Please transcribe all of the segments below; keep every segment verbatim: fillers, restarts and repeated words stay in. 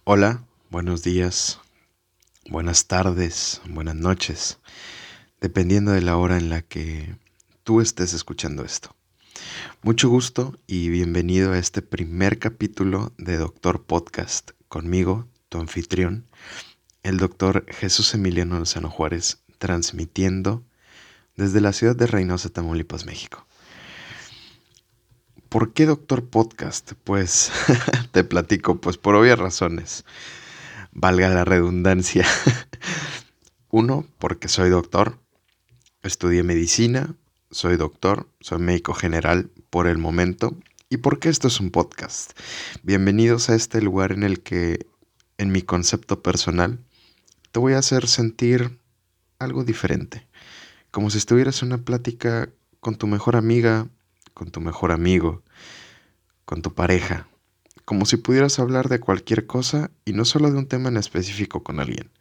Hola, buenos días, buenas tardes, buenas noches, dependiendo de la hora en la que tú estés escuchando esto. Mucho gusto y bienvenido a este primer capítulo de Doctor Podcast, conmigo, tu anfitrión, el doctor Jesús Emiliano Lozano Juárez, transmitiendo desde la ciudad de Reynosa, Tamaulipas, México. ¿Por qué Doctor Podcast? Pues te platico, pues por obvias razones, valga la redundancia. Uno, porque soy doctor, estudié medicina, soy doctor, soy médico general por el momento. ¿Y por qué esto es un podcast? Bienvenidos a este lugar en el que, en mi concepto personal, te voy a hacer sentir algo diferente. Como si estuvieras en una plática con tu mejor amiga, con tu mejor amigo, con tu pareja. Como si pudieras hablar de cualquier cosa y no solo de un tema en específico con alguien.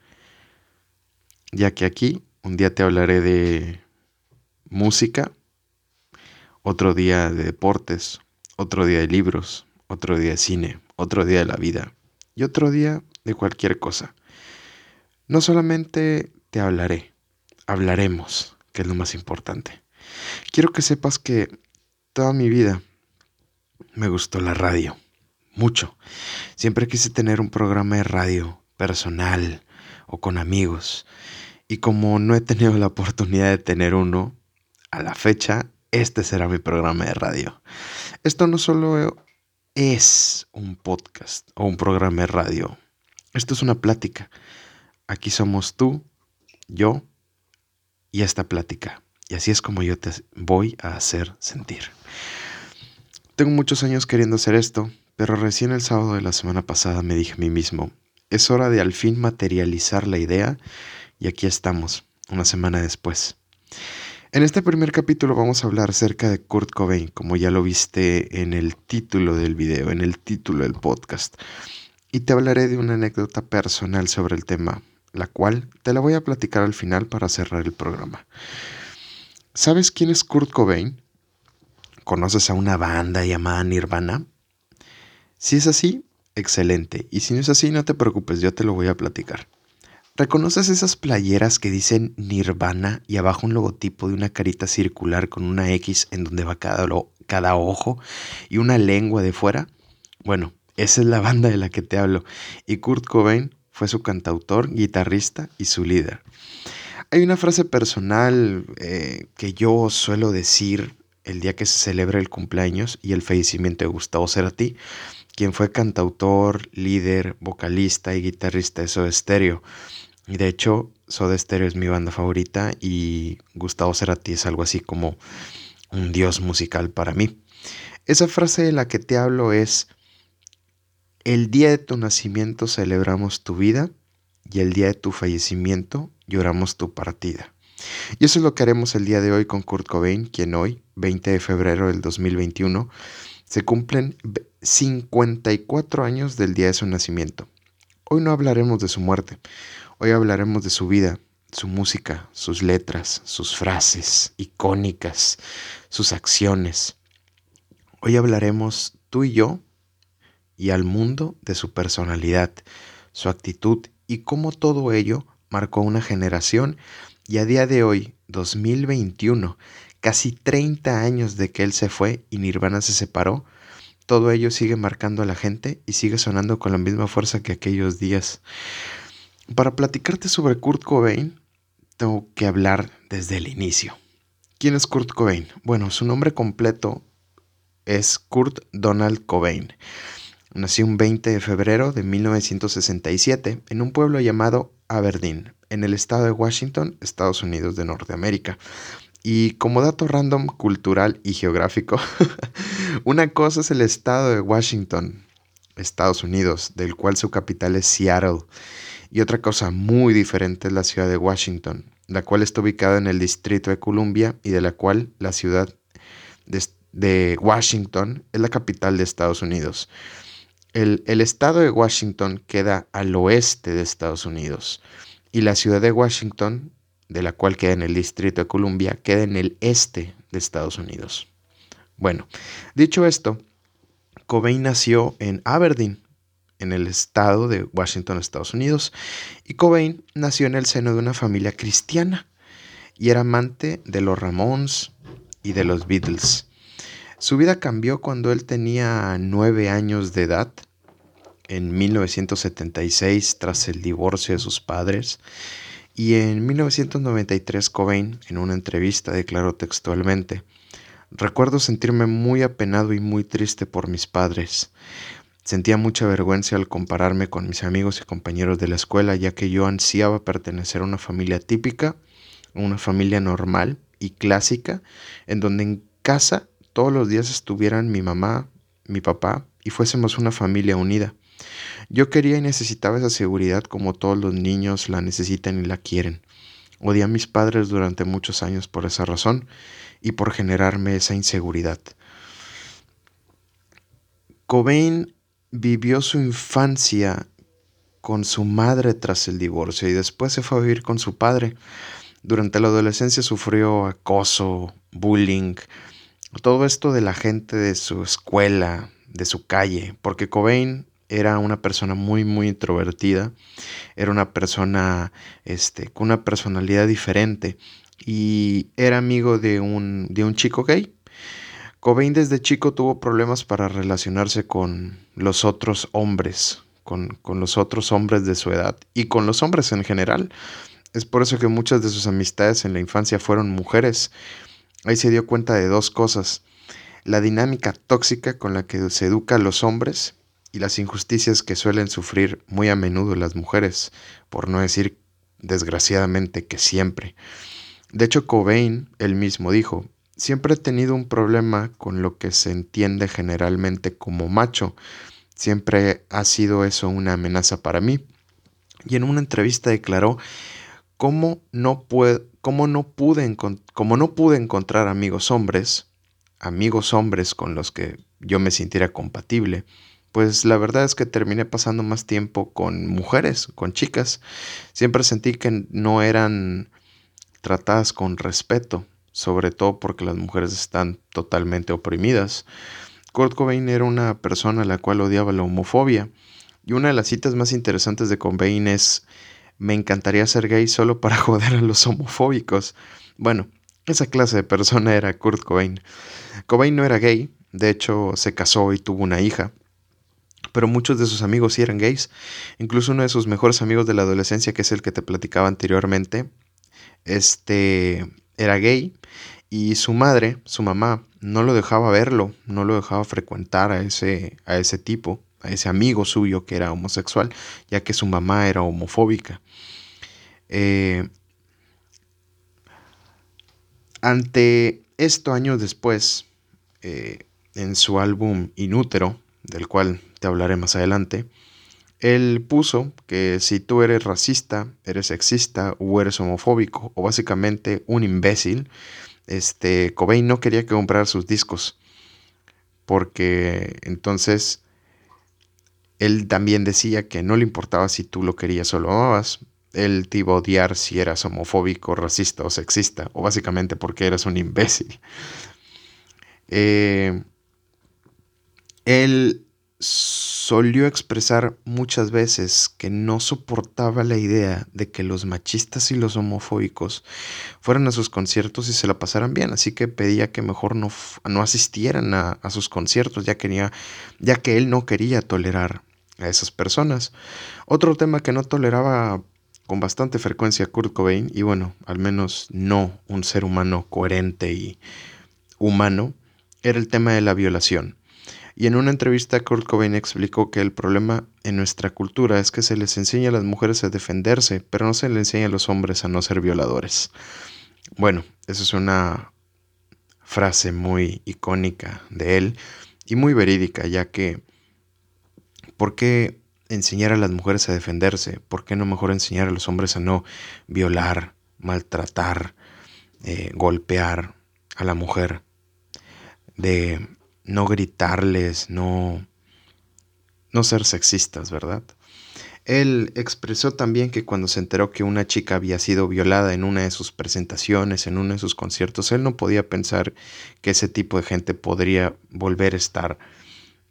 Ya que aquí un día te hablaré de música, otro día de deportes, otro día de libros, otro día de cine, otro día de la vida y otro día de cualquier cosa. No solamente te hablaré, hablaremos, que es lo más importante. Quiero que sepas que toda mi vida me gustó la radio, mucho. Siempre quise tener un programa de radio personal o con amigos. Y como no he tenido la oportunidad de tener uno, a la fecha, este será mi programa de radio. Esto no solo es un podcast o un programa de radio. Esto es una plática. Aquí somos tú, yo y esta plática. Y así es como yo te voy a hacer sentir. Tengo muchos años queriendo hacer esto, pero recién el sábado de la semana pasada me dije a mí mismo, es hora de al fin materializar la idea y aquí estamos, una semana después. En este primer capítulo vamos a hablar acerca de Kurt Cobain, como ya lo viste en el título del video, en el título del podcast. Y te hablaré de una anécdota personal sobre el tema, la cual te la voy a platicar al final para cerrar el programa. ¿Sabes quién es Kurt Cobain? ¿Conoces a una banda llamada Nirvana? Si es así, excelente. Y si no es así, no te preocupes, yo te lo voy a platicar. ¿Reconoces esas playeras que dicen Nirvana y abajo un logotipo de una carita circular con una X en donde va cada, lo, cada ojo y una lengua de fuera? Bueno, esa es la banda de la que te hablo y Kurt Cobain fue su cantautor, guitarrista y su líder. Hay una frase personal eh, que yo suelo decir el día que se celebra el cumpleaños y el fallecimiento de Gustavo Cerati, quien fue cantautor, líder, vocalista y guitarrista de Soda Stereo. Y de hecho, Soda Stereo es mi banda favorita y Gustavo Cerati es algo así como un dios musical para mí. Esa frase de la que te hablo es: el día de tu nacimiento celebramos tu vida y el día de tu fallecimiento lloramos tu partida. Y eso es lo que haremos el día de hoy con Kurt Cobain, quien hoy, veinte de febrero del dos mil veintiuno, se cumplen cincuenta y cuatro años del día de su nacimiento. Hoy no hablaremos de su muerte, hoy hablaremos de su vida, su música, sus letras, sus frases icónicas, sus acciones. Hoy hablaremos tú y yo y al mundo de su personalidad, su actitud y cómo todo ello marcó una generación y a día de hoy, dos mil veintiuno, casi treinta años de que él se fue y Nirvana se separó, todo ello sigue marcando a la gente y sigue sonando con la misma fuerza que aquellos días. Para platicarte sobre Kurt Cobain, tengo que hablar desde el inicio. ¿Quién es Kurt Cobain? Bueno, su nombre completo es Kurt Donald Cobain. Nació un veinte de febrero de mil novecientos sesenta y siete en un pueblo llamado Aberdeen, en el estado de Washington, Estados Unidos de Norteamérica. Y como dato random, cultural y geográfico, una cosa es el estado de Washington, Estados Unidos, del cual su capital es Seattle. Y otra cosa muy diferente es la ciudad de Washington, la cual está ubicada en el Distrito de Columbia y de la cual la ciudad de, de Washington es la capital de Estados Unidos. El, el estado de Washington queda al oeste de Estados Unidos y la ciudad de Washington, de la cual queda en el Distrito de Columbia, queda en el este de Estados Unidos. Bueno, dicho esto, Cobain nació en Aberdeen, en el estado de Washington, Estados Unidos, y Cobain nació en el seno de una familia cristiana y era amante de los Ramones y de los Beatles. Su vida cambió cuando él tenía nueve años de edad, en mil novecientos setenta y seis, tras el divorcio de sus padres, y en mil novecientos noventa y tres Cobain, en una entrevista, declaró textualmente: recuerdo sentirme muy apenado y muy triste por mis padres. Sentía mucha vergüenza al compararme con mis amigos y compañeros de la escuela, ya que yo ansiaba pertenecer a una familia típica, una familia normal y clásica, en donde en casa todos los días estuvieran mi mamá, mi papá y fuésemos una familia unida. Yo quería y necesitaba esa seguridad como todos los niños la necesitan y la quieren. Odié a mis padres durante muchos años por esa razón y por generarme esa inseguridad. Cobain vivió su infancia con su madre tras el divorcio y después se fue a vivir con su padre. Durante la adolescencia sufrió acoso, bullying, todo esto de la gente de su escuela, de su calle, porque Cobain era una persona muy, muy introvertida, era una persona este, con una personalidad diferente y era amigo de un, de un chico gay. Cobain desde chico tuvo problemas para relacionarse con los otros hombres, con, con los otros hombres de su edad y con los hombres en general. Es por eso que muchas de sus amistades en la infancia fueron mujeres. Ahí se dio cuenta de dos cosas: la dinámica tóxica con la que se educa a los hombres y las injusticias que suelen sufrir muy a menudo las mujeres, por no decir desgraciadamente que siempre. De hecho, Cobain él mismo dijo: siempre he tenido un problema con lo que se entiende generalmente como macho. Siempre ha sido eso una amenaza para mí. Y en una entrevista declaró: ¿Cómo no, pude, cómo no pude, encont- cómo no pude encontrar amigos hombres, amigos hombres con los que yo me sintiera compatible? Pues la verdad es que terminé pasando más tiempo con mujeres, con chicas. Siempre sentí que no eran tratadas con respeto, sobre todo porque las mujeres están totalmente oprimidas. Kurt Cobain era una persona a la cual odiaba la homofobia. Y una de las citas más interesantes de Cobain es: me encantaría ser gay solo para joder a los homofóbicos. Bueno, esa clase de persona era Kurt Cobain. Cobain no era gay, de hecho se casó y tuvo una hija, pero muchos de sus amigos sí eran gays. Incluso uno de sus mejores amigos de la adolescencia, que es el que te platicaba anteriormente, este era gay y su madre, su mamá, no lo dejaba verlo, no lo dejaba frecuentar a ese, a ese tipo, a ese amigo suyo que era homosexual, ya que su mamá era homofóbica. Eh, ante esto, años después, eh, en su álbum Inútero, del cual te hablaré más adelante, él puso que si tú eres racista, eres sexista o eres homofóbico o básicamente un imbécil, este, Cobain no quería que comprara sus discos, porque entonces él también decía que no le importaba si tú lo querías o lo amabas. Él te iba a odiar si eras homofóbico, racista o sexista, o básicamente porque eras un imbécil. Eh, él solió expresar muchas veces que no soportaba la idea de que los machistas y los homofóbicos fueran a sus conciertos y se la pasaran bien, así que pedía que mejor no, no asistieran a, a sus conciertos, ya, quería, ya que él no quería tolerar a esas personas. Otro tema que no toleraba con bastante frecuencia Kurt Cobain, y bueno, al menos no un ser humano coherente y humano, era el tema de la violación. Y en una entrevista Kurt Cobain explicó que el problema en nuestra cultura es que se les enseña a las mujeres a defenderse, pero no se les enseña a los hombres a no ser violadores. Bueno, eso es una frase muy icónica de él y muy verídica, ya que ¿por qué enseñar a las mujeres a defenderse? ¿Por qué no mejor enseñar a los hombres a no violar, maltratar, eh, golpear a la mujer? De no gritarles, no, no ser sexistas, ¿verdad? Él expresó también que cuando se enteró que una chica había sido violada en una de sus presentaciones, en uno de sus conciertos, él no podía pensar que ese tipo de gente podría volver a estar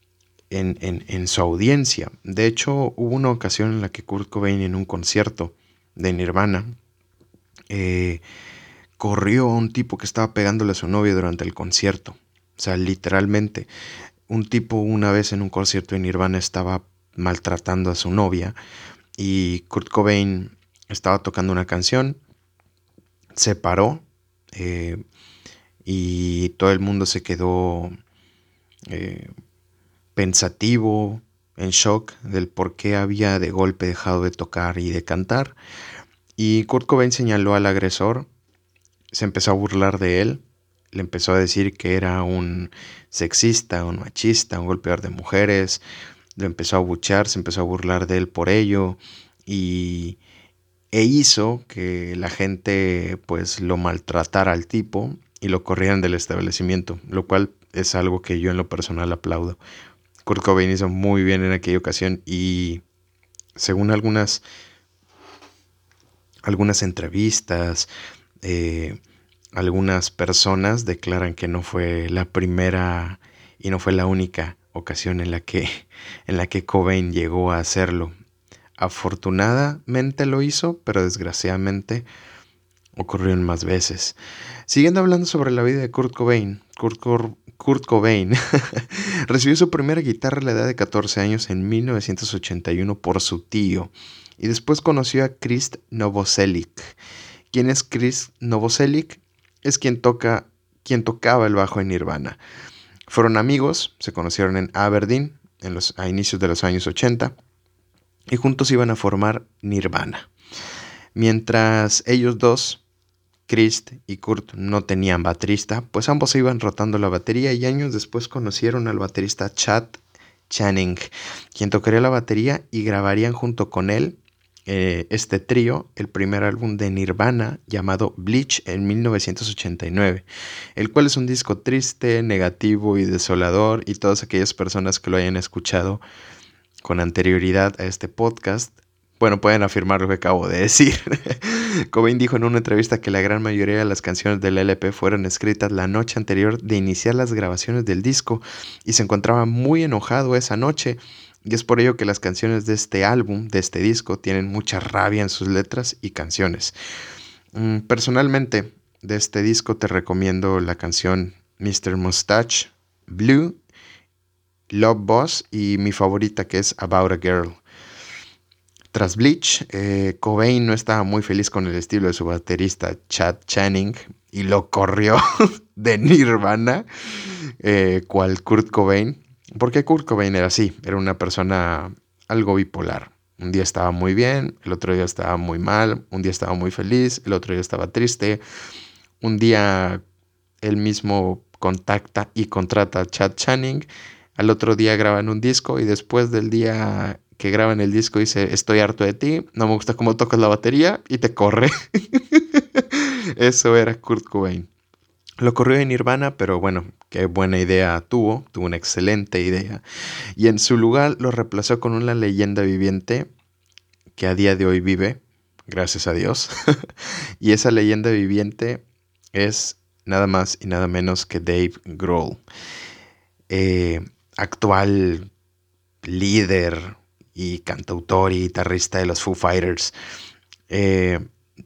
en, en, en su audiencia. De hecho, hubo una ocasión en la que Kurt Cobain, en un concierto de Nirvana, eh, corrió a un tipo que estaba pegándole a su novia durante el concierto. O sea, literalmente, un tipo una vez en un concierto de Nirvana estaba maltratando a su novia y Kurt Cobain estaba tocando una canción, se paró eh, y todo el mundo se quedó eh, pensativo, en shock del por qué había de golpe dejado de tocar y de cantar. Y Kurt Cobain señaló al agresor, se empezó a burlar de él, le empezó a decir que era un sexista, un machista, un golpeador de mujeres, lo empezó a abuchear, se empezó a burlar de él por ello y e hizo que la gente pues lo maltratara al tipo y lo corrieran del establecimiento, lo cual es algo que yo en lo personal aplaudo. Kurt Cobain hizo muy bien en aquella ocasión y según algunas algunas entrevistas, eh, algunas personas declaran que no fue la primera y no fue la única ocasión en la que, en la que Cobain llegó a hacerlo. Afortunadamente lo hizo, pero desgraciadamente ocurrieron más veces. Siguiendo hablando sobre la vida de Kurt Cobain, Kurt, Cor- Kurt Cobain recibió su primera guitarra a la edad de catorce años en mil novecientos ochenta y uno por su tío y después conoció a Chris Novoselic. ¿Quién es Chris Novoselic? Es quien toca, quien tocaba el bajo en Nirvana. Fueron amigos, se conocieron en Aberdeen en los, a inicios de los años ochenta y juntos iban a formar Nirvana. Mientras ellos dos, Chris y Kurt, no tenían baterista, pues ambos se iban rotando la batería y años después conocieron al baterista Chad Channing, quien tocaría la batería y grabarían junto con él eh, este trío el primer álbum de Nirvana llamado Bleach en mil novecientos ochenta y nueve, el cual es un disco triste, negativo y desolador, y todas aquellas personas que lo hayan escuchado con anterioridad a este podcast, bueno, pueden afirmar lo que acabo de decir. Cobain dijo en una entrevista que la gran mayoría de las canciones del L P fueron escritas la noche anterior de iniciar las grabaciones del disco y se encontraba muy enojado esa noche, y es por ello que las canciones de este álbum, de este disco, tienen mucha rabia en sus letras y canciones. Mm, personalmente, de este disco te recomiendo la canción mister Mustache, Blue, Love Boss y mi favorita que es About a Girl. Tras Bleach, eh, Cobain no estaba muy feliz con el estilo de su baterista Chad Channing y lo corrió de Nirvana, eh, cual Kurt Cobain, porque Kurt Cobain era así, era una persona algo bipolar. Un día estaba muy bien, el otro día estaba muy mal, un día estaba muy feliz, el otro día estaba triste. Un día él mismo contacta y contrata a Chad Channing, al otro día graban un disco y después del día que graban el disco dice: estoy harto de ti, no me gusta cómo tocas la batería, y te corre. Eso era Kurt Cobain. Lo corrió en Nirvana, pero bueno, qué buena idea tuvo, tuvo una excelente idea. Y en su lugar lo reemplazó con una leyenda viviente que a día de hoy vive, gracias a Dios. Y esa leyenda viviente es nada más y nada menos que Dave Grohl, eh, actual líder y cantautor y guitarrista de los Foo Fighters. Eh,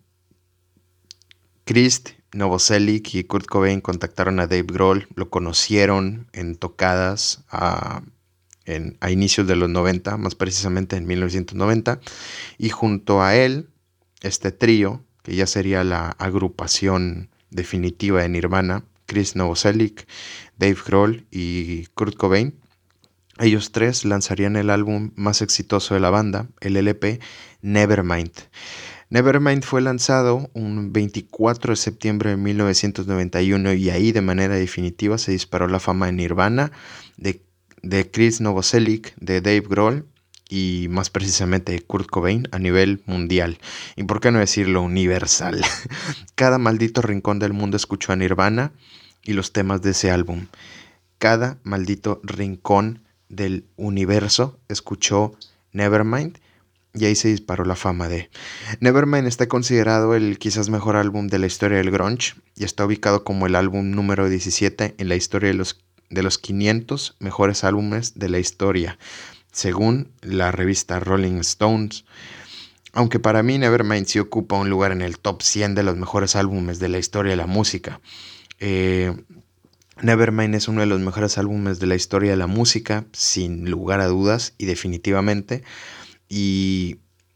Chris Novoselic y Kurt Cobain contactaron a Dave Grohl, lo conocieron en tocadas a, en, a inicios de los noventa, más precisamente en mil novecientos noventa, y junto a él, este trío, que ya sería la agrupación definitiva de Nirvana, Chris Novoselic, Dave Grohl y Kurt Cobain, ellos tres lanzarían el álbum más exitoso de la banda, el L P Nevermind. Nevermind fue lanzado un veinticuatro de septiembre de mil novecientos noventa y uno y ahí de manera definitiva se disparó la fama de Nirvana, de, de Chris Novoselic, de Dave Grohl y más precisamente de Kurt Cobain a nivel mundial. Y por qué no decirlo universal. Cada maldito rincón del mundo escuchó a Nirvana y los temas de ese álbum. Cada maldito rincón del universo escuchó Nevermind y ahí se disparó la fama de... Nevermind está considerado el quizás mejor álbum de la historia del grunge y está ubicado como el álbum número diecisiete en la historia de los de los quinientos mejores álbumes de la historia, según la revista Rolling Stones. Aunque para mí Nevermind sí ocupa un lugar en el top cien de los mejores álbumes de la historia de la música. Eh, Nevermind es uno de los mejores álbumes de la historia de la música, sin lugar a dudas y definitivamente. Y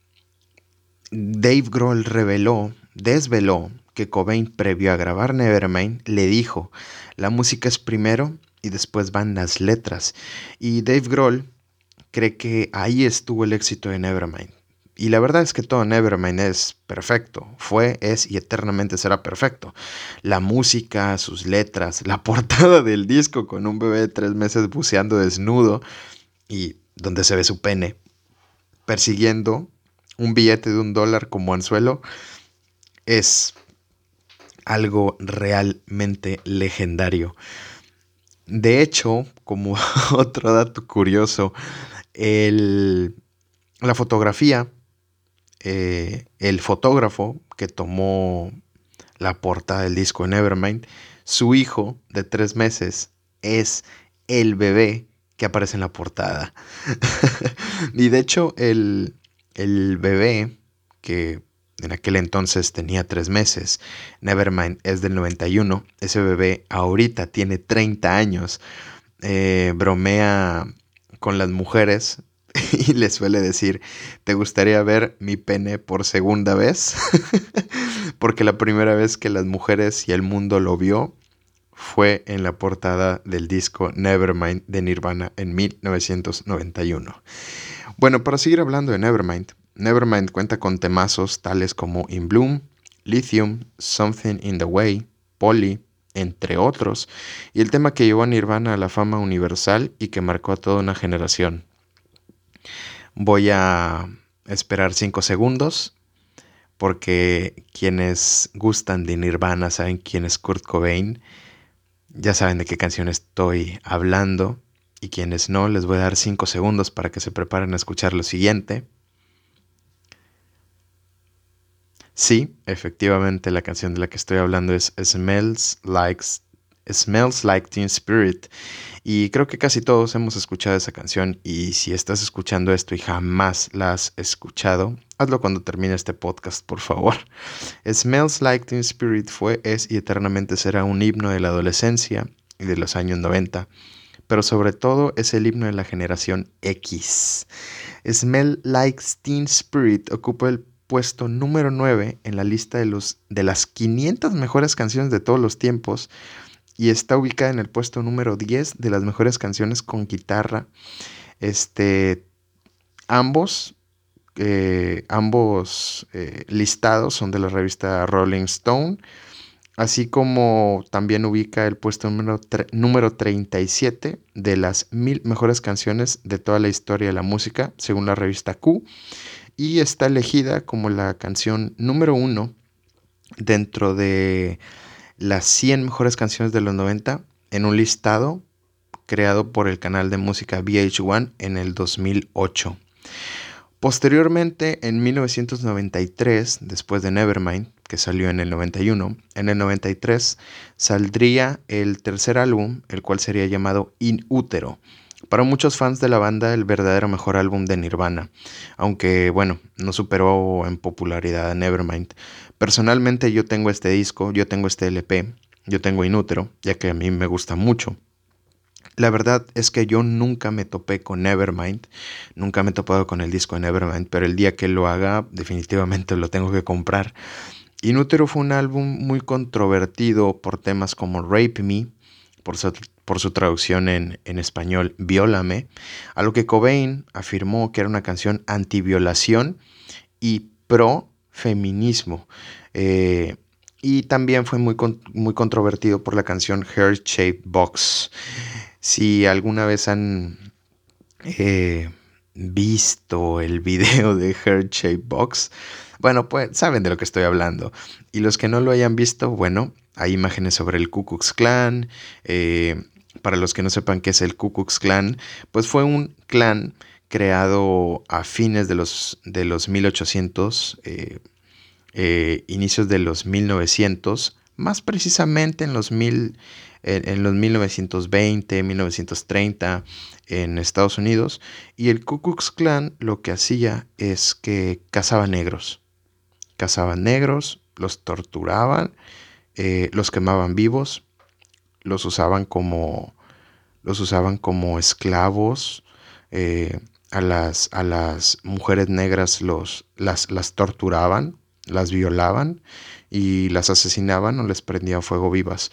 Dave Grohl reveló, desveló, que Cobain, previo a grabar Nevermind, le dijo: la música es primero y después van las letras. Y Dave Grohl cree que ahí estuvo el éxito de Nevermind. Y la verdad es que todo Nevermind es perfecto. Fue, es y eternamente será perfecto. La música, sus letras, la portada del disco con un bebé de tres meses buceando desnudo y donde se ve su pene persiguiendo un billete de un dólar como anzuelo, es algo realmente legendario. De hecho, como otro dato curioso, el, la fotografía, eh, el fotógrafo que tomó la portada del disco Nevermind, su hijo de tres meses es el bebé que aparece en la portada. Y de hecho, el, el bebé que en aquel entonces tenía tres meses, Nevermind es del noventa y uno, ese bebé ahorita tiene treinta años, eh, bromea con las mujeres y les suele decir: ¿te gustaría ver mi pene por segunda vez? Porque la primera vez que las mujeres y el mundo lo vio fue en la portada del disco Nevermind de Nirvana en mil novecientos noventa y uno. Bueno, para seguir hablando de Nevermind, Nevermind cuenta con temazos tales como In Bloom, Lithium, Something in the Way, Polly, entre otros, y el tema que llevó a Nirvana a la fama universal y que marcó a toda una generación. Voy a esperar cinco segundos porque quienes gustan de Nirvana saben quién es Kurt Cobain, ya saben de qué canción estoy hablando, y quienes no, les voy a dar cinco segundos para que se preparen a escuchar lo siguiente. Sí, efectivamente la canción de la que estoy hablando es Smells Like, Smells Like Teen Spirit. Y creo que casi todos hemos escuchado esa canción, y si estás escuchando esto y jamás la has escuchado, hazlo cuando termine este podcast, por favor. Smells Like Teen Spirit fue, es y eternamente será un himno de la adolescencia y de los años noventa, pero sobre todo es el himno de la generación X. Smell Like Teen Spirit ocupa el puesto número nueve en la lista de, los, de las quinientas mejores canciones de todos los tiempos y está ubicada en el puesto número diez de las mejores canciones con guitarra. Este, ambos eh, ambos eh, listados son de la revista Rolling Stone, así como también ubica el puesto número, tre- número treinta y siete de las mil mejores canciones de toda la historia de la música, según la revista Q, y está elegida como la canción número uno dentro de las cien mejores canciones de los noventa en un listado creado por el canal de música V H uno en el dos mil ocho. Posteriormente, en mil novecientos noventa y tres, después de Nevermind, que salió en el noventa y uno, en el noventa y tres saldría el tercer álbum, el cual sería llamado In Utero. Para muchos fans de la banda, el verdadero mejor álbum de Nirvana, aunque bueno, no superó en popularidad a Nevermind. Personalmente yo tengo este disco, yo tengo este L P, yo tengo In Utero, ya que a mí me gusta mucho. La verdad es que yo nunca me topé con Nevermind, nunca me he topado con el disco de Nevermind, pero el día que lo haga definitivamente lo tengo que comprar. In Utero fue un álbum muy controvertido por temas como Rape Me, por su, por su traducción en, en español Viólame, a lo que Cobain afirmó que era una canción anti-violación y pro-feminismo. Eh, y también fue muy, muy controvertido por la canción Heart Shaped Box. Si alguna vez han eh, visto el video de Heart Shape Box, bueno, pues saben de lo que estoy hablando. Y los que no lo hayan visto, bueno, hay imágenes sobre el Ku Klux Klan. Eh, para los que no sepan qué es el Ku Klux Klan, pues fue un clan creado a fines de los, de los mil ochocientos, eh, eh, inicios de los mil novecientos, más precisamente en los mil en, en los mil novecientos veinte, mil novecientos treinta en Estados Unidos, y el Ku Klux Klan lo que hacía es que cazaba negros, cazaban negros, los torturaban, eh, los quemaban vivos, los usaban como, los usaban como esclavos, eh, a las, a las mujeres negras los, las, las torturaban, las violaban y las asesinaban o les prendían fuego vivas.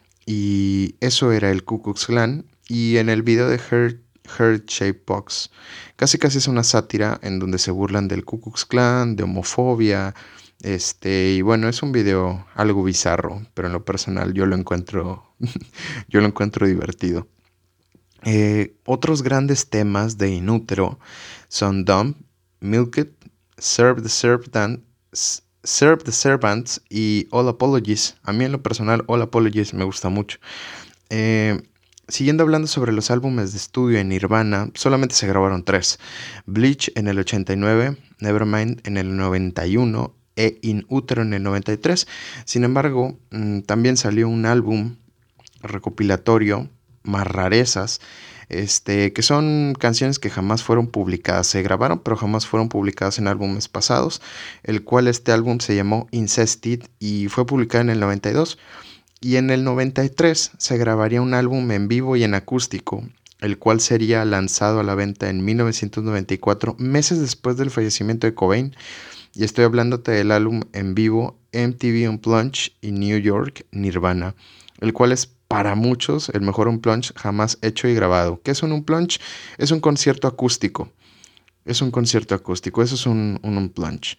Y eso era el Ku Klux Klan. Y en el video de Heart, Heart Shape Box, casi casi es una sátira en donde se burlan del Ku Klux Klan, de homofobia. Este, y bueno, es un video algo bizarro, pero en lo personal yo lo encuentro, yo lo encuentro divertido. Eh, otros grandes temas de Inútero son Dumb, Milk It, Serve the Servant, Serve the Servants y All Apologies. A mí en lo personal All Apologies me gusta mucho. Eh, siguiendo hablando sobre los álbumes de estudio en Nirvana, solamente se grabaron tres. Bleach en el ochenta y nueve, Nevermind en el noventa y uno e In Utero en el noventa y tres. Sin embargo, mmm, también salió un álbum recopilatorio, más rarezas, este, que son canciones que jamás fueron publicadas. Se grabaron, pero jamás fueron publicadas en álbumes pasados, el cual este álbum se llamó Incested y fue publicado en el noventa y dos. Y en el noventa y tres se grabaría un álbum en vivo y en acústico, el cual sería lanzado a la venta en mil novecientos noventa y cuatro, meses después del fallecimiento de Cobain. Y estoy hablándote del álbum en vivo M T V Unplugged in New York, Nirvana, el cual es para muchos el mejor Unplugged jamás hecho y grabado. ¿Qué es un Unplugged? Es un concierto acústico. Es un concierto acústico, eso es un, un Unplugged.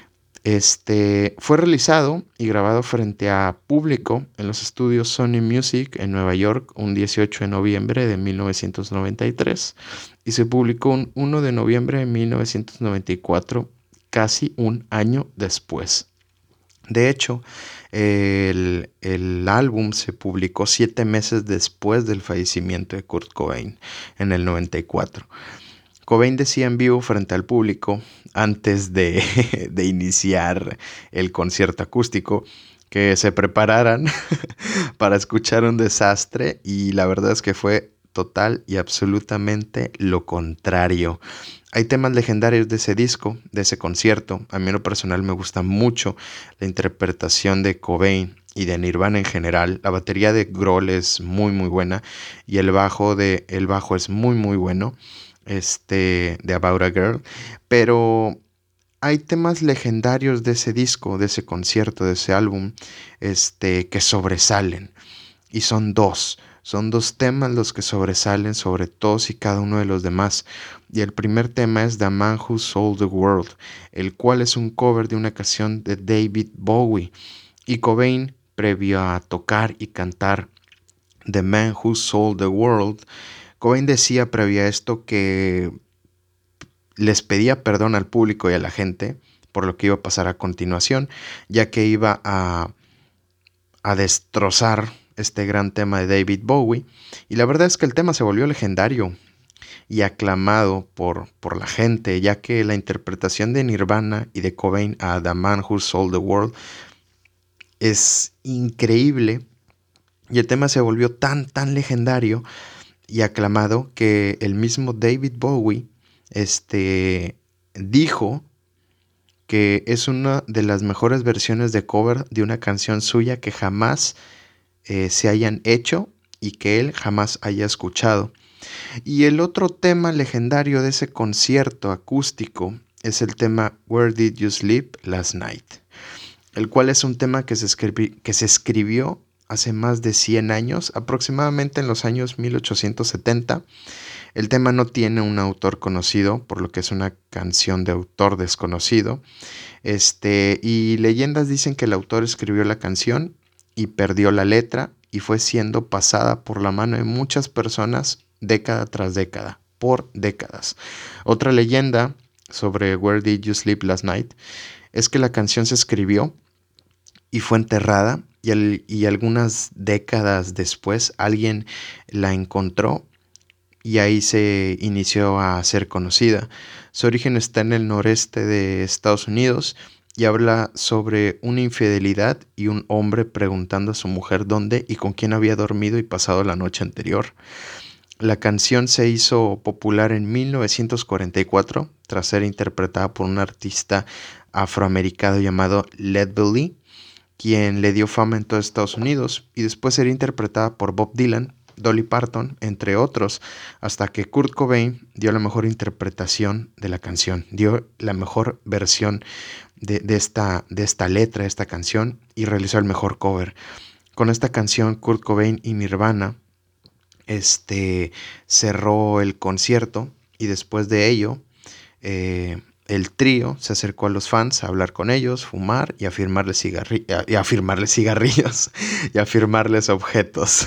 Este fue realizado y grabado frente a público en los estudios Sony Music en Nueva York un dieciocho de noviembre de mil novecientos noventa y tres y se publicó un uno de noviembre de mil novecientos noventa y cuatro, casi un año después. De hecho, el, el álbum se publicó siete meses después del fallecimiento de Kurt Cobain en el noventa y cuatro. Cobain decía en vivo frente al público, antes de, de iniciar el concierto acústico, que se prepararan para escuchar un desastre, y la verdad es que fue total y absolutamente lo contrario. Hay temas legendarios de ese disco, de ese concierto. A mí en lo personal me gusta mucho la interpretación de Cobain y de Nirvana en general. La batería de Grohl es muy muy buena y el bajo, de, el bajo es muy muy bueno. Este, de About a Girl, pero hay temas legendarios de ese disco, de ese concierto, de ese álbum, este, que sobresalen, y son dos, son dos temas los que sobresalen sobre todos y cada uno de los demás, y el primer tema es The Man Who Sold the World, el cual es un cover de una canción de David Bowie, y Cobain, previo a tocar y cantar The Man Who Sold the World, Cobain decía previo a esto que les pedía perdón al público y a la gente por lo que iba a pasar a continuación, ya que iba a, a destrozar este gran tema de David Bowie. Y la verdad es que el tema se volvió legendario y aclamado por, por la gente, ya que la interpretación de Nirvana y de Cobain a The Man Who Sold the World es increíble. Y el tema se volvió tan, tan legendario y aclamado que el mismo David Bowie este, dijo que es una de las mejores versiones de cover de una canción suya que jamás eh, se hayan hecho y que él jamás haya escuchado. Y el otro tema legendario de ese concierto acústico es el tema Where Did You Sleep Last Night, el cual es un tema que se, escribi- que se escribió hace más de cien años, aproximadamente en los años mil ochocientos setenta. El tema no tiene un autor conocido, por lo que es una canción de autor desconocido. Este, y leyendas dicen que el autor escribió la canción y perdió la letra y fue siendo pasada por la mano de muchas personas década tras década, por décadas. Otra leyenda sobre Where Did You Sleep Last Night es que la canción se escribió y fue enterrada y, al, y algunas décadas después alguien la encontró y ahí se inició a ser conocida. Su origen está en el noreste de Estados Unidos y habla sobre una infidelidad y un hombre preguntando a su mujer dónde y con quién había dormido y pasado la noche anterior. La canción se hizo popular en mil novecientos cuarenta y cuatro tras ser interpretada por un artista afroamericano llamado Led Belly, quien le dio fama en todo Estados Unidos, y después sería interpretada por Bob Dylan, Dolly Parton, entre otros, hasta que Kurt Cobain dio la mejor interpretación de la canción, dio la mejor versión de, de, esta, de esta letra, de esta canción, y realizó el mejor cover. Con esta canción, Kurt Cobain y Nirvana este, cerró el concierto, y después de ello, eh, el trío se acercó a los fans a hablar con ellos, fumar y a firmarles, cigarri- y a firmarles cigarrillos y a firmarles objetos.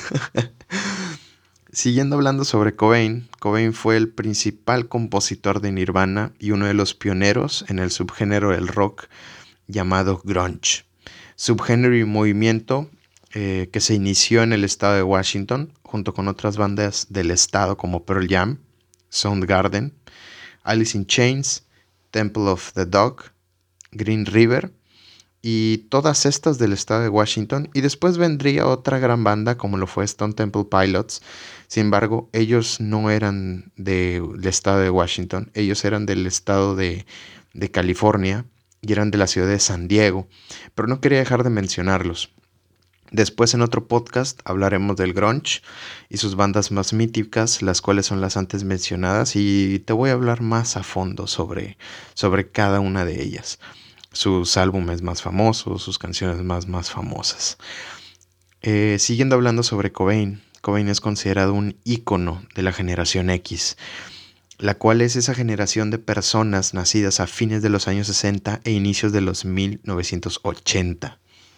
Siguiendo hablando sobre Cobain, Cobain fue el principal compositor de Nirvana y uno de los pioneros en el subgénero del rock llamado grunge, subgénero y movimiento eh, que se inició en el estado de Washington junto con otras bandas del estado como Pearl Jam, Soundgarden, Alice in Chains, Temple of the Dog, Green River y todas estas del estado de Washington, y después vendría otra gran banda como lo fue Stone Temple Pilots. Sin embargo, ellos no eran de, del estado de Washington, ellos eran del estado de, de California y eran de la ciudad de San Diego, pero no quería dejar de mencionarlos. Después en otro podcast hablaremos del grunge y sus bandas más míticas, las cuales son las antes mencionadas, y te voy a hablar más a fondo sobre, sobre cada una de ellas, sus álbumes más famosos, sus canciones más, más famosas. Eh, siguiendo hablando sobre Cobain, Cobain es considerado un ícono de la generación X, la cual es esa generación de personas nacidas a fines de los años sesenta e inicios de los mil novecientos ochenta.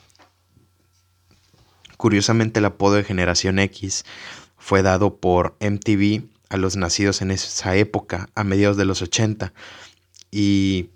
Curiosamente, el apodo de Generación X fue dado por M T V a los nacidos en esa época, a mediados de los ochenta. Y,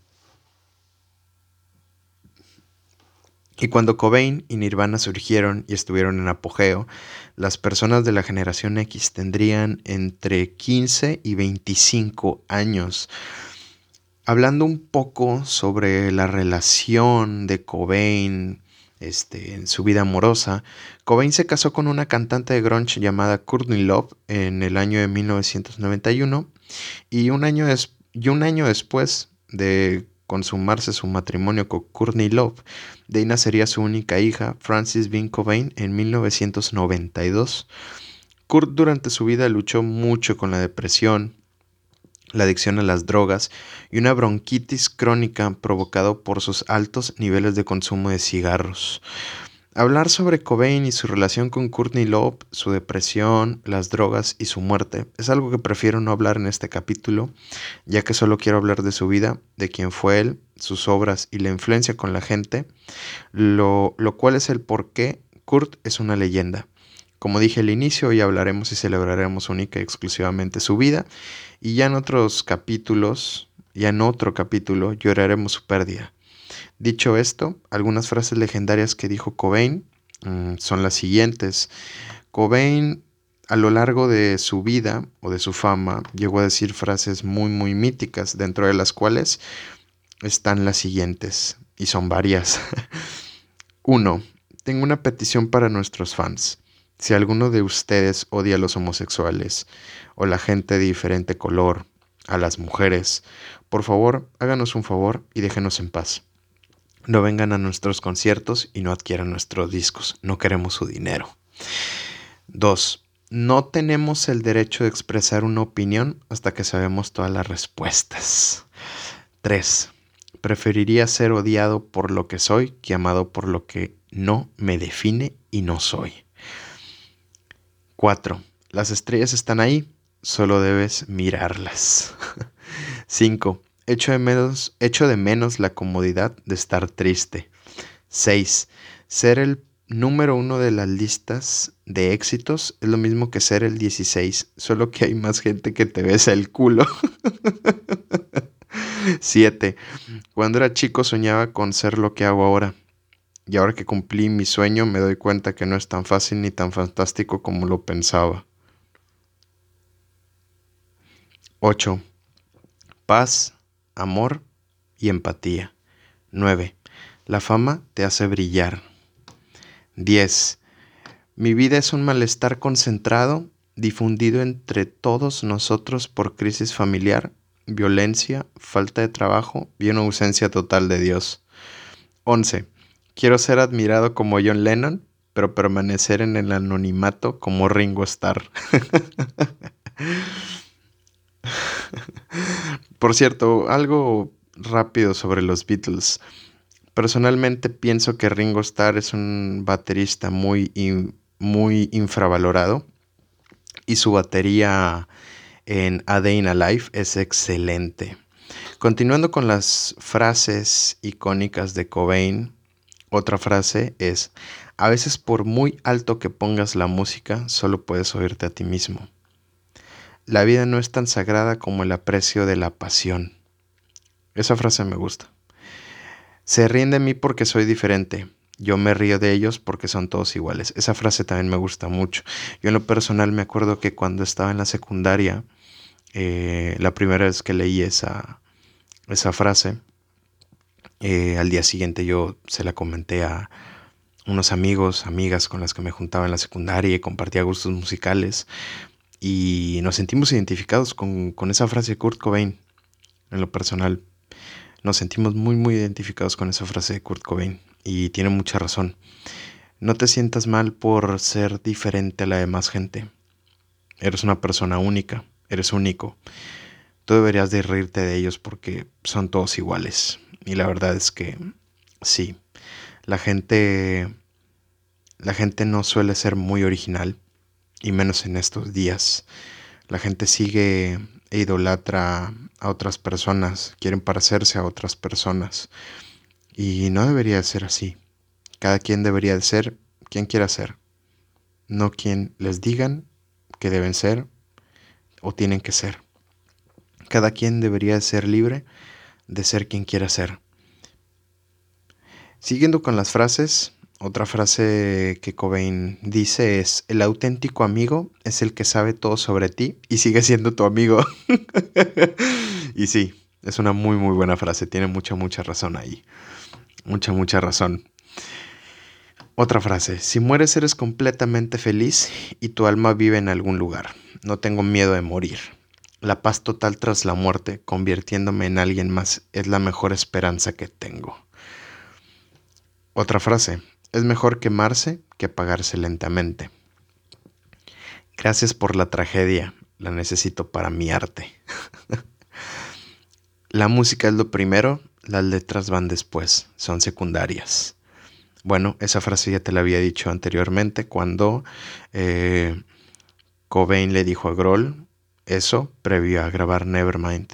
y cuando Cobain y Nirvana surgieron y estuvieron en apogeo, las personas de la Generación X tendrían entre quince y veinticinco años. Hablando un poco sobre la relación de Cobain este, en su vida amorosa, Cobain se casó con una cantante de grunge llamada Courtney Love en el año de mil novecientos noventa y uno, y un año, des- y un año después de consumarse su matrimonio con Courtney Love, de ahí nacería su única hija, Frances Bean Cobain, en mil novecientos noventa y dos. Kurt durante su vida luchó mucho con la depresión, la adicción a las drogas y una bronquitis crónica provocado por sus altos niveles de consumo de cigarros. Hablar sobre Cobain y su relación con Courtney Love, su depresión, las drogas y su muerte es algo que prefiero no hablar en este capítulo, ya que solo quiero hablar de su vida, de quién fue él, sus obras y la influencia con la gente, lo, lo cual es el por qué Kurt es una leyenda. Como dije al inicio, hoy hablaremos y celebraremos única y exclusivamente su vida, y ya en otros capítulos, ya en otro capítulo, lloraremos su pérdida. Dicho esto, algunas frases legendarias que dijo Cobain mmm, son las siguientes. Cobain, a lo largo de su vida o de su fama, llegó a decir frases muy muy míticas, dentro de las cuales están las siguientes, y son varias. Uno. Tengo una petición para nuestros fans. Si alguno de ustedes odia a los homosexuales o la gente de diferente color, a las mujeres, por favor, háganos un favor y déjenos en paz. No vengan a nuestros conciertos y no adquieran nuestros discos. No queremos su dinero. Dos. No tenemos el derecho de expresar una opinión hasta que sabemos todas las respuestas. Tres. Preferiría ser odiado por lo que soy que amado por lo que no me define y no soy. Cuatro. Las estrellas están ahí, solo debes mirarlas. Cinco. Echo de menos, echo de menos la comodidad de estar triste. Seis. Ser el número uno de las listas de éxitos es lo mismo que ser el dieciséis, solo que hay más gente que te besa el culo. Siete. Cuando era chico soñaba con ser lo que hago ahora. Y ahora que cumplí mi sueño me doy cuenta que no es tan fácil ni tan fantástico como lo pensaba. Ocho. Paz, amor y empatía. Nueve. La fama te hace brillar. diez. Mi vida es un malestar concentrado, difundido entre todos nosotros por crisis familiar, violencia, falta de trabajo y una ausencia total de Dios. once. Quiero ser admirado como John Lennon, pero permanecer en el anonimato como Ringo Starr. Por cierto, algo rápido sobre los Beatles. Personalmente pienso que Ringo Starr es un baterista muy, in- muy infravalorado y su batería en A Day in a Life es excelente. Continuando con las frases icónicas de Cobain, otra frase es: a veces por muy alto que pongas la música, solo puedes oírte a ti mismo. La vida no es tan sagrada como el aprecio de la pasión. Esa frase me gusta. Se ríen de mí porque soy diferente. Yo me río de ellos porque son todos iguales. Esa frase también me gusta mucho. Yo en lo personal me acuerdo que cuando estaba en la secundaria, eh, la primera vez que leí esa, esa frase, eh, al día siguiente yo se la comenté a unos amigos, amigas con las que me juntaba en la secundaria y compartía gustos musicales. Y nos sentimos identificados con, con esa frase de Kurt Cobain. En lo personal, nos sentimos muy, muy identificados con esa frase de Kurt Cobain. Y tiene mucha razón. No te sientas mal por ser diferente a la demás gente. Eres una persona única, eres único. Tú deberías de reírte de ellos porque son todos iguales. Y la verdad es que sí, la gente, la gente no suele ser muy original, y menos en estos días. La gente sigue e idolatra a otras personas, quieren parecerse a otras personas. Y no debería ser así. Cada quien debería de ser quien quiera ser, no quien les digan que deben ser o tienen que ser. Cada quien debería de ser libre de ser quien quiera ser. Siguiendo con las frases, otra frase que Cobain dice es: el auténtico amigo es el que sabe todo sobre ti y sigue siendo tu amigo. Y sí, es una muy muy buena frase, tiene mucha mucha razón ahí. Mucha mucha razón. Otra frase: si mueres eres completamente feliz y tu alma vive en algún lugar. No tengo miedo de morir. La paz total tras la muerte, convirtiéndome en alguien más, es la mejor esperanza que tengo. Otra frase: es mejor quemarse que apagarse lentamente. Gracias por la tragedia, la necesito para mi arte. La música es lo primero, las letras van después, son secundarias. Bueno, esa frase ya te la había dicho anteriormente cuando eh, Cobain le dijo a Grohl eso previo a grabar Nevermind.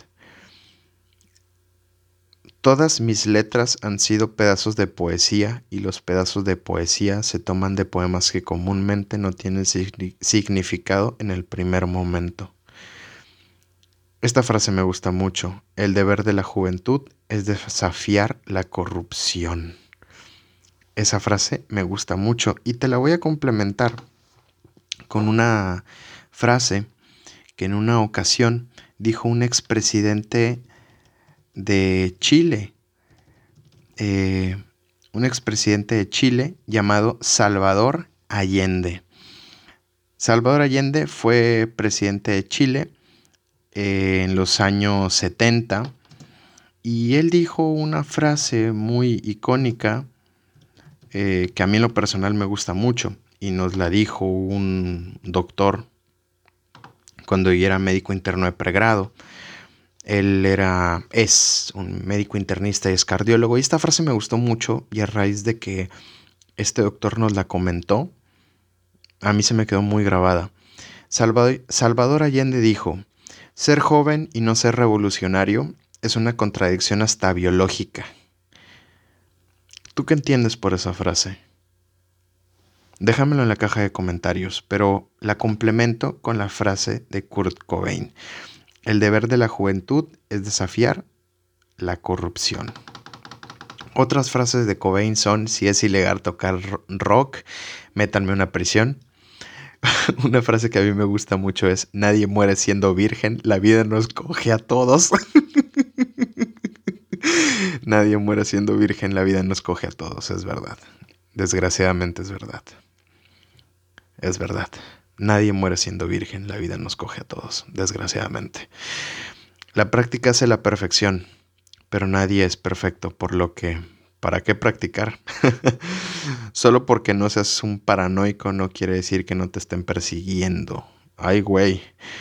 Todas mis letras han sido pedazos de poesía y los pedazos de poesía se toman de poemas que comúnmente no tienen signi- significado en el primer momento. Esta frase me gusta mucho. El deber de la juventud es desafiar la corrupción. Esa frase me gusta mucho y te la voy a complementar con una frase que en una ocasión dijo un expresidente de Chile, eh, un expresidente de Chile llamado Salvador Allende. Salvador Allende fue presidente de Chile eh, en los años setenta y él dijo una frase muy icónica eh, que a mí en lo personal me gusta mucho y nos la dijo un doctor cuando yo era médico interno de pregrado. Él era, es un médico internista y es cardiólogo. Y esta frase me gustó mucho y a raíz de que este doctor nos la comentó, a mí se me quedó muy grabada. Salvador, Salvador Allende dijo: ser joven y no ser revolucionario es una contradicción hasta biológica. ¿Tú qué entiendes por esa frase? Déjamelo en la caja de comentarios, pero la complemento con la frase de Kurt Cobain. El deber de la juventud es desafiar la corrupción. Otras frases de Cobain son: si es ilegal tocar rock, métanme a una prisión. Una frase que a mí me gusta mucho es: nadie muere siendo virgen, la vida nos coge a todos. Nadie muere siendo virgen, la vida nos coge a todos, es verdad. Desgraciadamente es verdad. Es verdad. Nadie muere siendo virgen, la vida nos coge a todos, desgraciadamente. La práctica hace la perfección, pero nadie es perfecto, por lo que, ¿para qué practicar? Solo porque no seas un paranoico no quiere decir que no te estén persiguiendo. Ay, güey.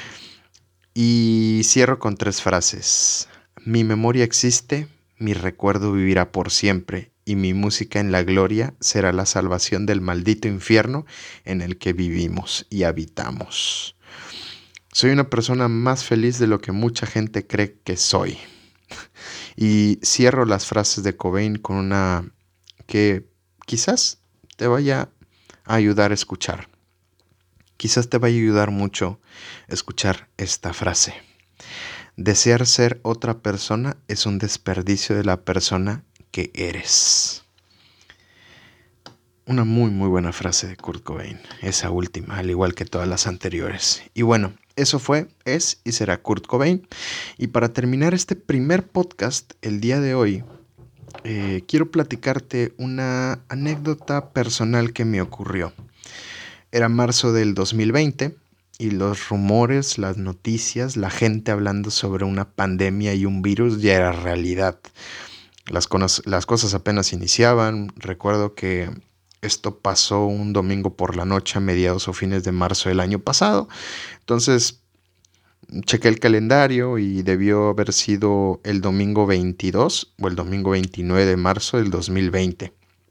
Y cierro con tres frases. Mi memoria existe, mi recuerdo vivirá por siempre, y mi música en la gloria será la salvación del maldito infierno en el que vivimos y habitamos. Soy una persona más feliz de lo que mucha gente cree que soy. Y cierro las frases de Cobain con una que quizás te vaya a ayudar a escuchar. Quizás te vaya a ayudar mucho escuchar esta frase. Desear ser otra persona es un desperdicio de la persona que eres. Una muy muy buena frase de Kurt Cobain, esa última, al igual que todas las anteriores. Y bueno, eso fue, es y será Kurt Cobain. Y para terminar este primer podcast el día de hoy, eh, quiero platicarte una anécdota personal que me ocurrió. Era marzo del dos mil veinte y los rumores, las noticias, la gente hablando sobre una pandemia y un virus ya era realidad. Las, conas, las cosas apenas iniciaban. Recuerdo que esto pasó un domingo por la noche a mediados o fines de marzo del año pasado. Entonces chequé el calendario y debió haber sido el domingo veintidós o el domingo veintinueve de marzo del dos mil veinte.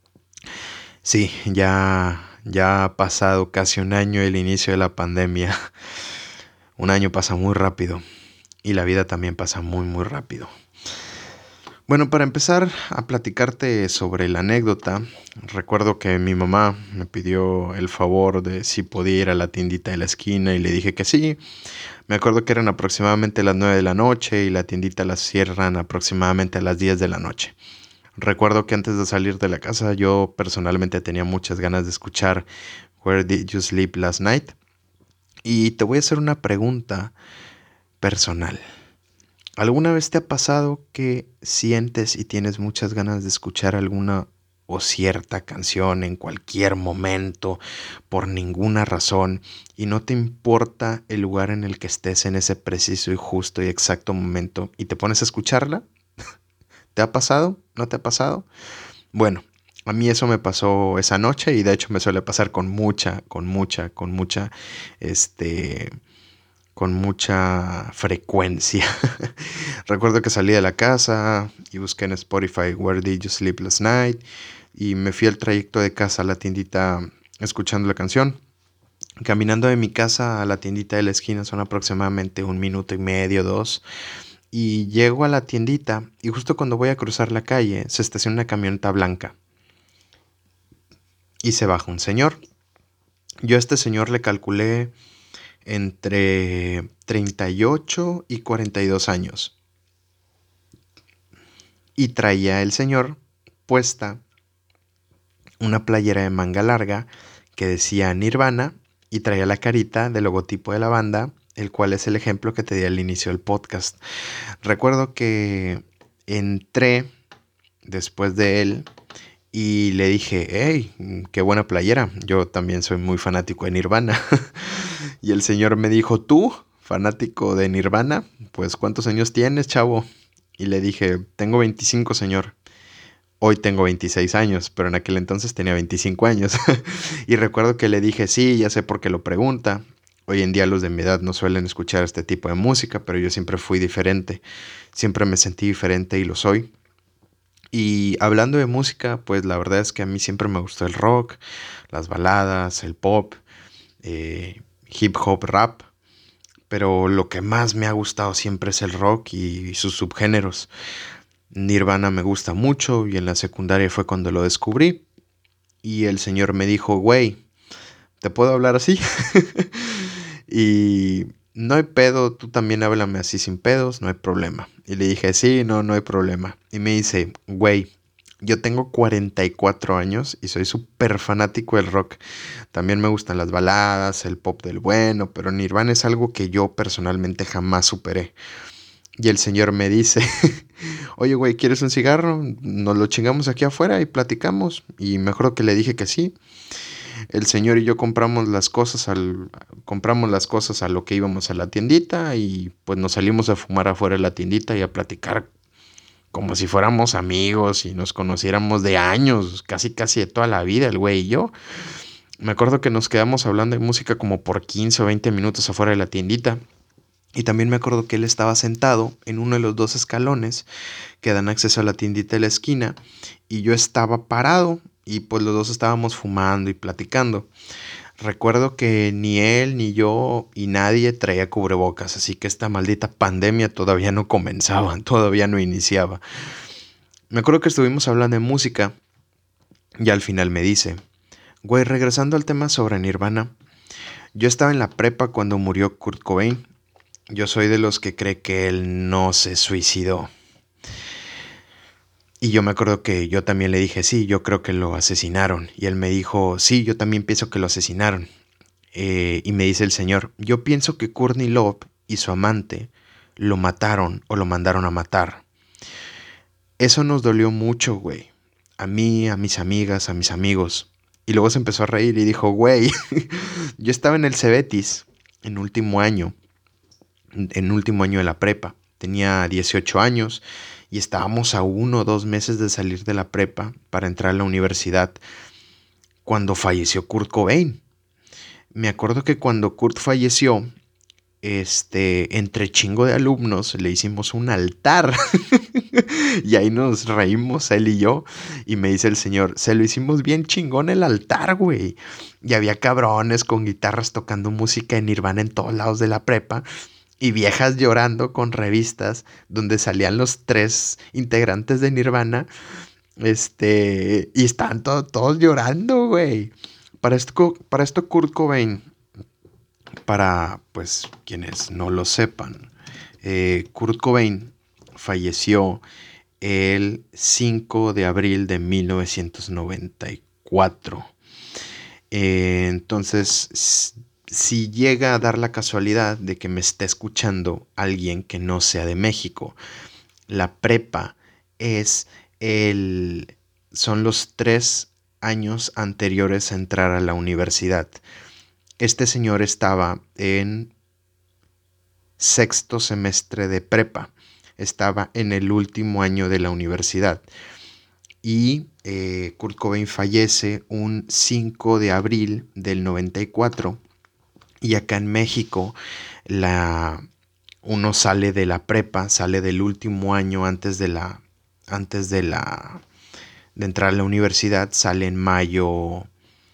Sí, ya, ya ha pasado casi un año el inicio de la pandemia. Un año pasa muy rápido y la vida también pasa muy muy rápido. Bueno, para empezar a platicarte sobre la anécdota, recuerdo que mi mamá me pidió el favor de si podía ir a la tiendita de la esquina y le dije que sí. Me acuerdo que eran aproximadamente las nueve de la noche y la tiendita la cierran aproximadamente a las diez de la noche. Recuerdo que antes de salir de la casa yo personalmente tenía muchas ganas de escuchar Where Did You Sleep Last Night? Y te voy a hacer una pregunta personal. ¿Alguna vez te ha pasado que sientes y tienes muchas ganas de escuchar alguna o cierta canción en cualquier momento, por ninguna razón, y no te importa el lugar en el que estés en ese preciso y justo y exacto momento, y te pones a escucharla? ¿Te ha pasado? ¿No te ha pasado? Bueno, a mí eso me pasó esa noche y de hecho me suele pasar con mucha, con mucha, con mucha, este... con mucha frecuencia. Recuerdo que salí de la casa y busqué en Spotify Where Did You Sleep Last Night y me fui al trayecto de casa a la tiendita escuchando la canción. Caminando de mi casa a la tiendita de la esquina son aproximadamente un minuto y medio, dos. Y llego a la tiendita y justo cuando voy a cruzar la calle se estaciona una camioneta blanca. Y se baja un señor. Yo a este señor le calculé entre treinta y ocho y cuarenta y dos años. Y traía el señor puesta una playera de manga larga que decía Nirvana y traía la carita del logotipo de la banda, el cual es el ejemplo que te di al inicio del podcast. Recuerdo que entré después de él y le dije, hey, qué buena playera, yo también soy muy fanático de Nirvana. Y el señor me dijo, ¿tú, fanático de Nirvana? Pues, ¿cuántos años tienes, chavo? Y le dije, tengo veinticinco, señor. Hoy tengo veintiséis años, pero en aquel entonces tenía veinticinco años. Y recuerdo que le dije, sí, ya sé por qué lo pregunta. Hoy en día los de mi edad no suelen escuchar este tipo de música, pero yo siempre fui diferente. Siempre me sentí diferente y lo soy. Y hablando de música, pues la verdad es que a mí siempre me gustó el rock, las baladas, el pop, eh, hip hop, rap. Pero lo que más me ha gustado siempre es el rock y sus subgéneros. Nirvana me gusta mucho y en la secundaria fue cuando lo descubrí. Y el señor me dijo, güey, ¿te puedo hablar así? Y no hay pedo, tú también háblame así sin pedos, no hay problema. Y le dije, sí, no, no hay problema. Y me dice, güey, yo tengo cuarenta y cuatro años y soy súper fanático del rock. También me gustan las baladas, el pop del bueno, pero Nirvana es algo que yo personalmente jamás superé. Y el señor me dice, oye, güey, ¿quieres un cigarro? Nos lo chingamos aquí afuera y platicamos. Y me acuerdo que le dije que sí. El señor y yo compramos las cosas al, compramos las cosas a lo que íbamos a la tiendita y pues nos salimos a fumar afuera de la tiendita y a platicar como si fuéramos amigos y nos conociéramos de años, casi casi de toda la vida, el güey y yo. Me acuerdo que nos quedamos hablando de música como por quince o veinte minutos afuera de la tiendita. Y también me acuerdo que él estaba sentado en uno de los dos escalones que dan acceso a la tiendita de la esquina y yo estaba parado y pues los dos estábamos fumando y platicando. Recuerdo que ni él ni yo y nadie traía cubrebocas, así que esta maldita pandemia todavía no comenzaba, todavía no iniciaba. Me acuerdo que estuvimos hablando de música y al final me dice, güey, regresando al tema sobre Nirvana, yo estaba en la prepa cuando murió Kurt Cobain. Yo soy de los que cree que él no se suicidó. Y yo me acuerdo que yo también le dije, sí, yo creo que lo asesinaron. Y él me dijo, sí, yo también pienso que lo asesinaron. Eh, y me dice el señor, yo pienso que Courtney Love y su amante lo mataron o lo mandaron a matar. Eso nos dolió mucho, güey. A mí, a mis amigas, a mis amigos. Y luego se empezó a reír y dijo, güey, yo estaba en el Cebetis en último año, en último año de la prepa. Tenía dieciocho años y estábamos a uno o dos meses de salir de la prepa para entrar a la universidad cuando falleció Kurt Cobain. Me acuerdo que cuando Kurt falleció, este, entre chingo de alumnos le hicimos un altar y ahí nos reímos él y yo y me dice el señor, se lo hicimos bien chingón el altar, güey. Y había cabrones con guitarras tocando música de Nirvana en todos lados de la prepa y viejas llorando con revistas donde salían los tres integrantes de Nirvana, este, y estaban todo, todos llorando, güey. Para esto, para esto Kurt Cobain, para pues quienes no lo sepan, eh, Kurt Cobain falleció el cinco de abril de mil novecientos noventa y cuatro. Eh, entonces, si llega a dar la casualidad de que me esté escuchando alguien que no sea de México, la prepa es el, son los tres años anteriores a entrar a la universidad. Este señor estaba en sexto semestre de prepa, estaba en el último año de la universidad y eh, Kurt Cobain fallece un cinco de abril del noventa y cuatro y acá en México la, uno sale de la prepa, sale del último año antes de la, antes de la, de entrar a la universidad, sale en mayo,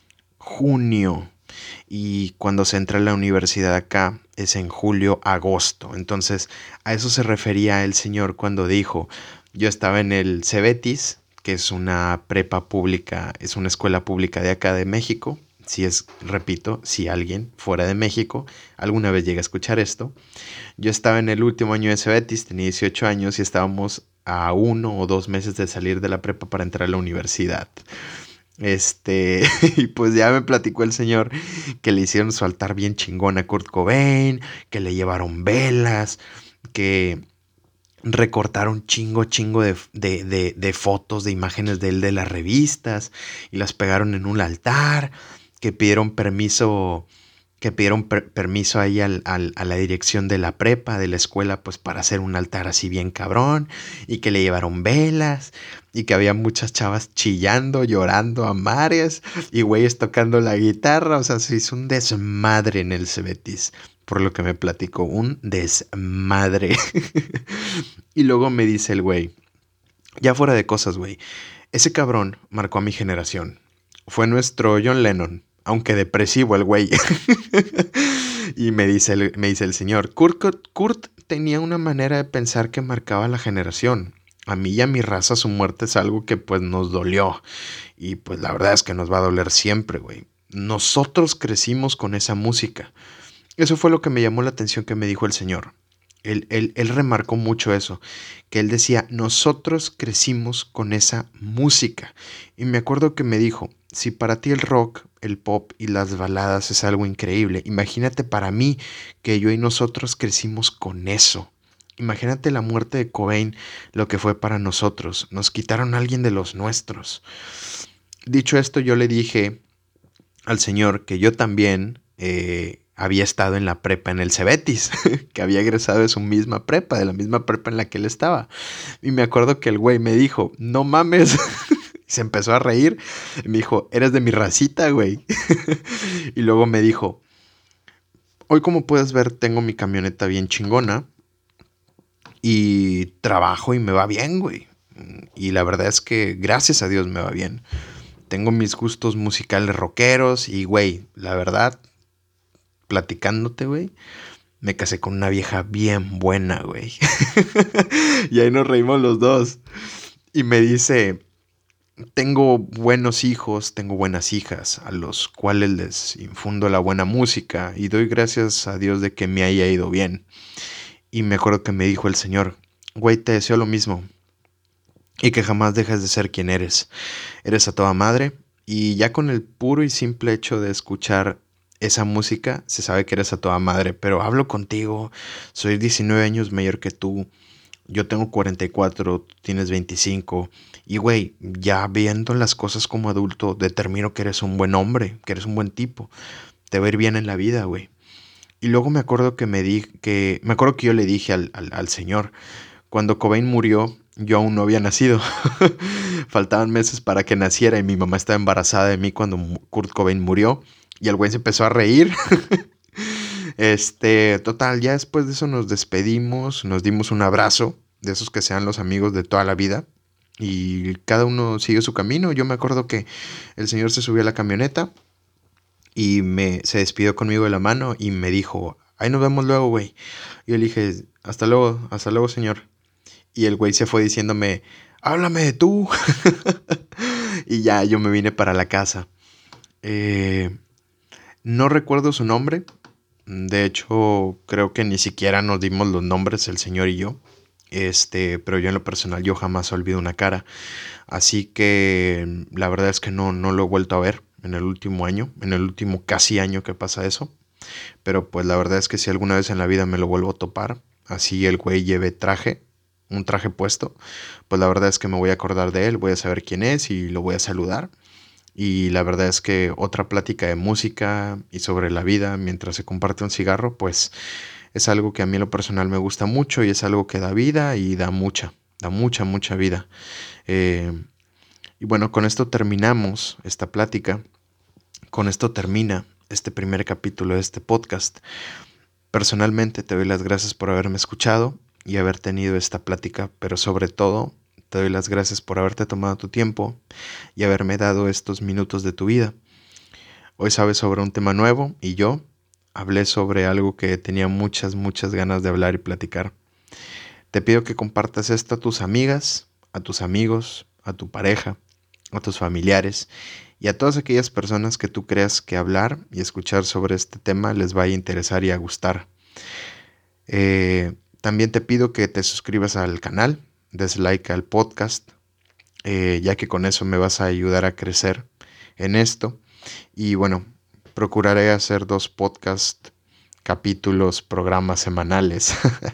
junio. Y cuando se entra a la universidad acá es en julio, agosto. Entonces a eso se refería el señor cuando dijo, yo estaba en el Cebetis, que es una prepa pública, es una escuela pública de acá de México. Si es, repito, si alguien fuera de México alguna vez llega a escuchar esto, yo estaba en el último año de Cebetis, tenía dieciocho años y estábamos a uno o dos meses de salir de la prepa para entrar a la universidad. Este, y pues ya me platicó el señor que le hicieron su altar bien chingón a Kurt Cobain, que le llevaron velas, que recortaron chingo, chingo de, de, de, de fotos, de imágenes de él de las revistas y las pegaron en un altar, que pidieron permiso, que pidieron per- permiso ahí al, al, a la dirección de la prepa, de la escuela, pues para hacer un altar así bien cabrón, y que le llevaron velas, y que había muchas chavas chillando, llorando a mares, y güeyes tocando la guitarra, o sea, se hizo un desmadre en el Cebetis, por lo que me platicó, un desmadre. Y luego me dice el güey, ya fuera de cosas, güey, ese cabrón marcó a mi generación, fue nuestro John Lennon. Aunque depresivo el güey. Y me dice, el, me dice el señor, Kurt, Kurt, Kurt tenía una manera de pensar que marcaba la generación. A mí y a mi raza su muerte es algo que pues nos dolió. Y pues la verdad es que nos va a doler siempre, güey. Nosotros crecimos con esa música. Eso fue lo que me llamó la atención que me dijo el señor. Él, él, él remarcó mucho eso, que él decía, nosotros crecimos con esa música. Y me acuerdo que me dijo, si para ti el rock, el pop y las baladas es algo increíble, imagínate para mí que yo y nosotros crecimos con eso. Imagínate la muerte de Cobain, lo que fue para nosotros. Nos quitaron a alguien de los nuestros. Dicho esto, yo le dije al señor que yo también eh, había estado en la prepa en el Cebetis, que había egresado de su misma prepa, de la misma prepa en la que él estaba. Y me acuerdo que el güey me dijo, no mames. Se empezó a reír y me dijo, eres de mi racita, güey. Y luego me dijo, hoy como puedes ver tengo mi camioneta bien chingona y trabajo y me va bien, güey. Y la verdad es que gracias a Dios me va bien. Tengo mis gustos musicales rockeros y, güey, la verdad, platicándote, güey, me casé con una vieja bien buena, güey. Y ahí nos reímos los dos. Y me dice, tengo buenos hijos, tengo buenas hijas, a los cuales les infundo la buena música y doy gracias a Dios de que me haya ido bien. Y me acuerdo que me dijo el Señor, güey, te deseo lo mismo y que jamás dejes de ser quien eres. Eres a toda madre y ya con el puro y simple hecho de escuchar esa música se sabe que eres a toda madre, pero hablo contigo, soy diecinueve años mayor que tú. Yo tengo cuarenta y cuatro, tú tienes veinticinco. Y, güey, ya viendo las cosas como adulto, determino que eres un buen hombre, que eres un buen tipo. Te va a ir bien en la vida, güey. Y luego me acuerdo que me di, que, me acuerdo que yo le dije al, al, al señor, cuando Cobain murió, yo aún no había nacido. Faltaban meses para que naciera y mi mamá estaba embarazada de mí cuando Kurt Cobain murió. Y el güey se empezó a reír. Este, total, ya después de eso nos despedimos, nos dimos un abrazo, de esos que sean los amigos de toda la vida, y cada uno sigue su camino. Yo me acuerdo que el señor se subió a la camioneta y me, se despidió conmigo de la mano y me dijo, ahí nos vemos luego, güey. Y yo le dije, hasta luego, hasta luego, señor. Y el güey se fue diciéndome, háblame de tú. Y ya yo me vine para la casa. Eh, no recuerdo su nombre. De hecho, creo que ni siquiera nos dimos los nombres, el señor y yo. Este, pero yo en lo personal, yo jamás olvido una cara. Así que la verdad es que no, no lo he vuelto a ver en el último año, en el último casi año que pasa eso. Pero pues la verdad es que si alguna vez en la vida me lo vuelvo a topar, así el güey lleve traje, un traje puesto, pues la verdad es que me voy a acordar de él, voy a saber quién es y lo voy a saludar. Y la verdad es que otra plática de música y sobre la vida mientras se comparte un cigarro, pues es algo que a mí en lo personal me gusta mucho y es algo que da vida y da mucha, da mucha, mucha vida. Eh, y bueno, con esto terminamos esta plática, con esto termina este primer capítulo de este podcast. Personalmente te doy las gracias por haberme escuchado y haber tenido esta plática, pero sobre todo te doy las gracias por haberte tomado tu tiempo y haberme dado estos minutos de tu vida. Hoy sabes sobre un tema nuevo y yo hablé sobre algo que tenía muchas, muchas ganas de hablar y platicar. Te pido que compartas esto a tus amigas, a tus amigos, a tu pareja, a tus familiares y a todas aquellas personas que tú creas que hablar y escuchar sobre este tema les vaya a interesar y a gustar. Eh, también te pido que te suscribas al canal, des like al podcast, eh, ya que con eso me vas a ayudar a crecer en esto. Y bueno, procuraré hacer dos podcast capítulos, programas semanales.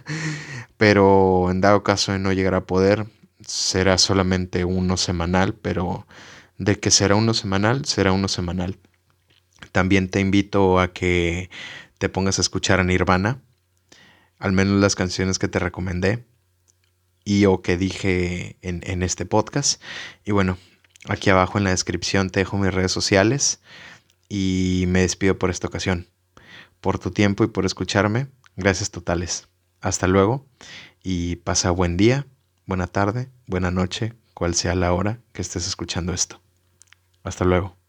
Pero en dado caso de no llegar a poder, será solamente uno semanal, pero de que será uno semanal, será uno semanal. También te invito a que te pongas a escuchar a Nirvana, al menos las canciones que te recomendé y o que dije en, en este podcast. Y bueno, aquí abajo en la descripción te dejo mis redes sociales y me despido por esta ocasión. Por tu tiempo y por escucharme, gracias totales. Hasta luego y pasa buen día, buena tarde, buena noche, cual sea la hora que estés escuchando esto. Hasta luego.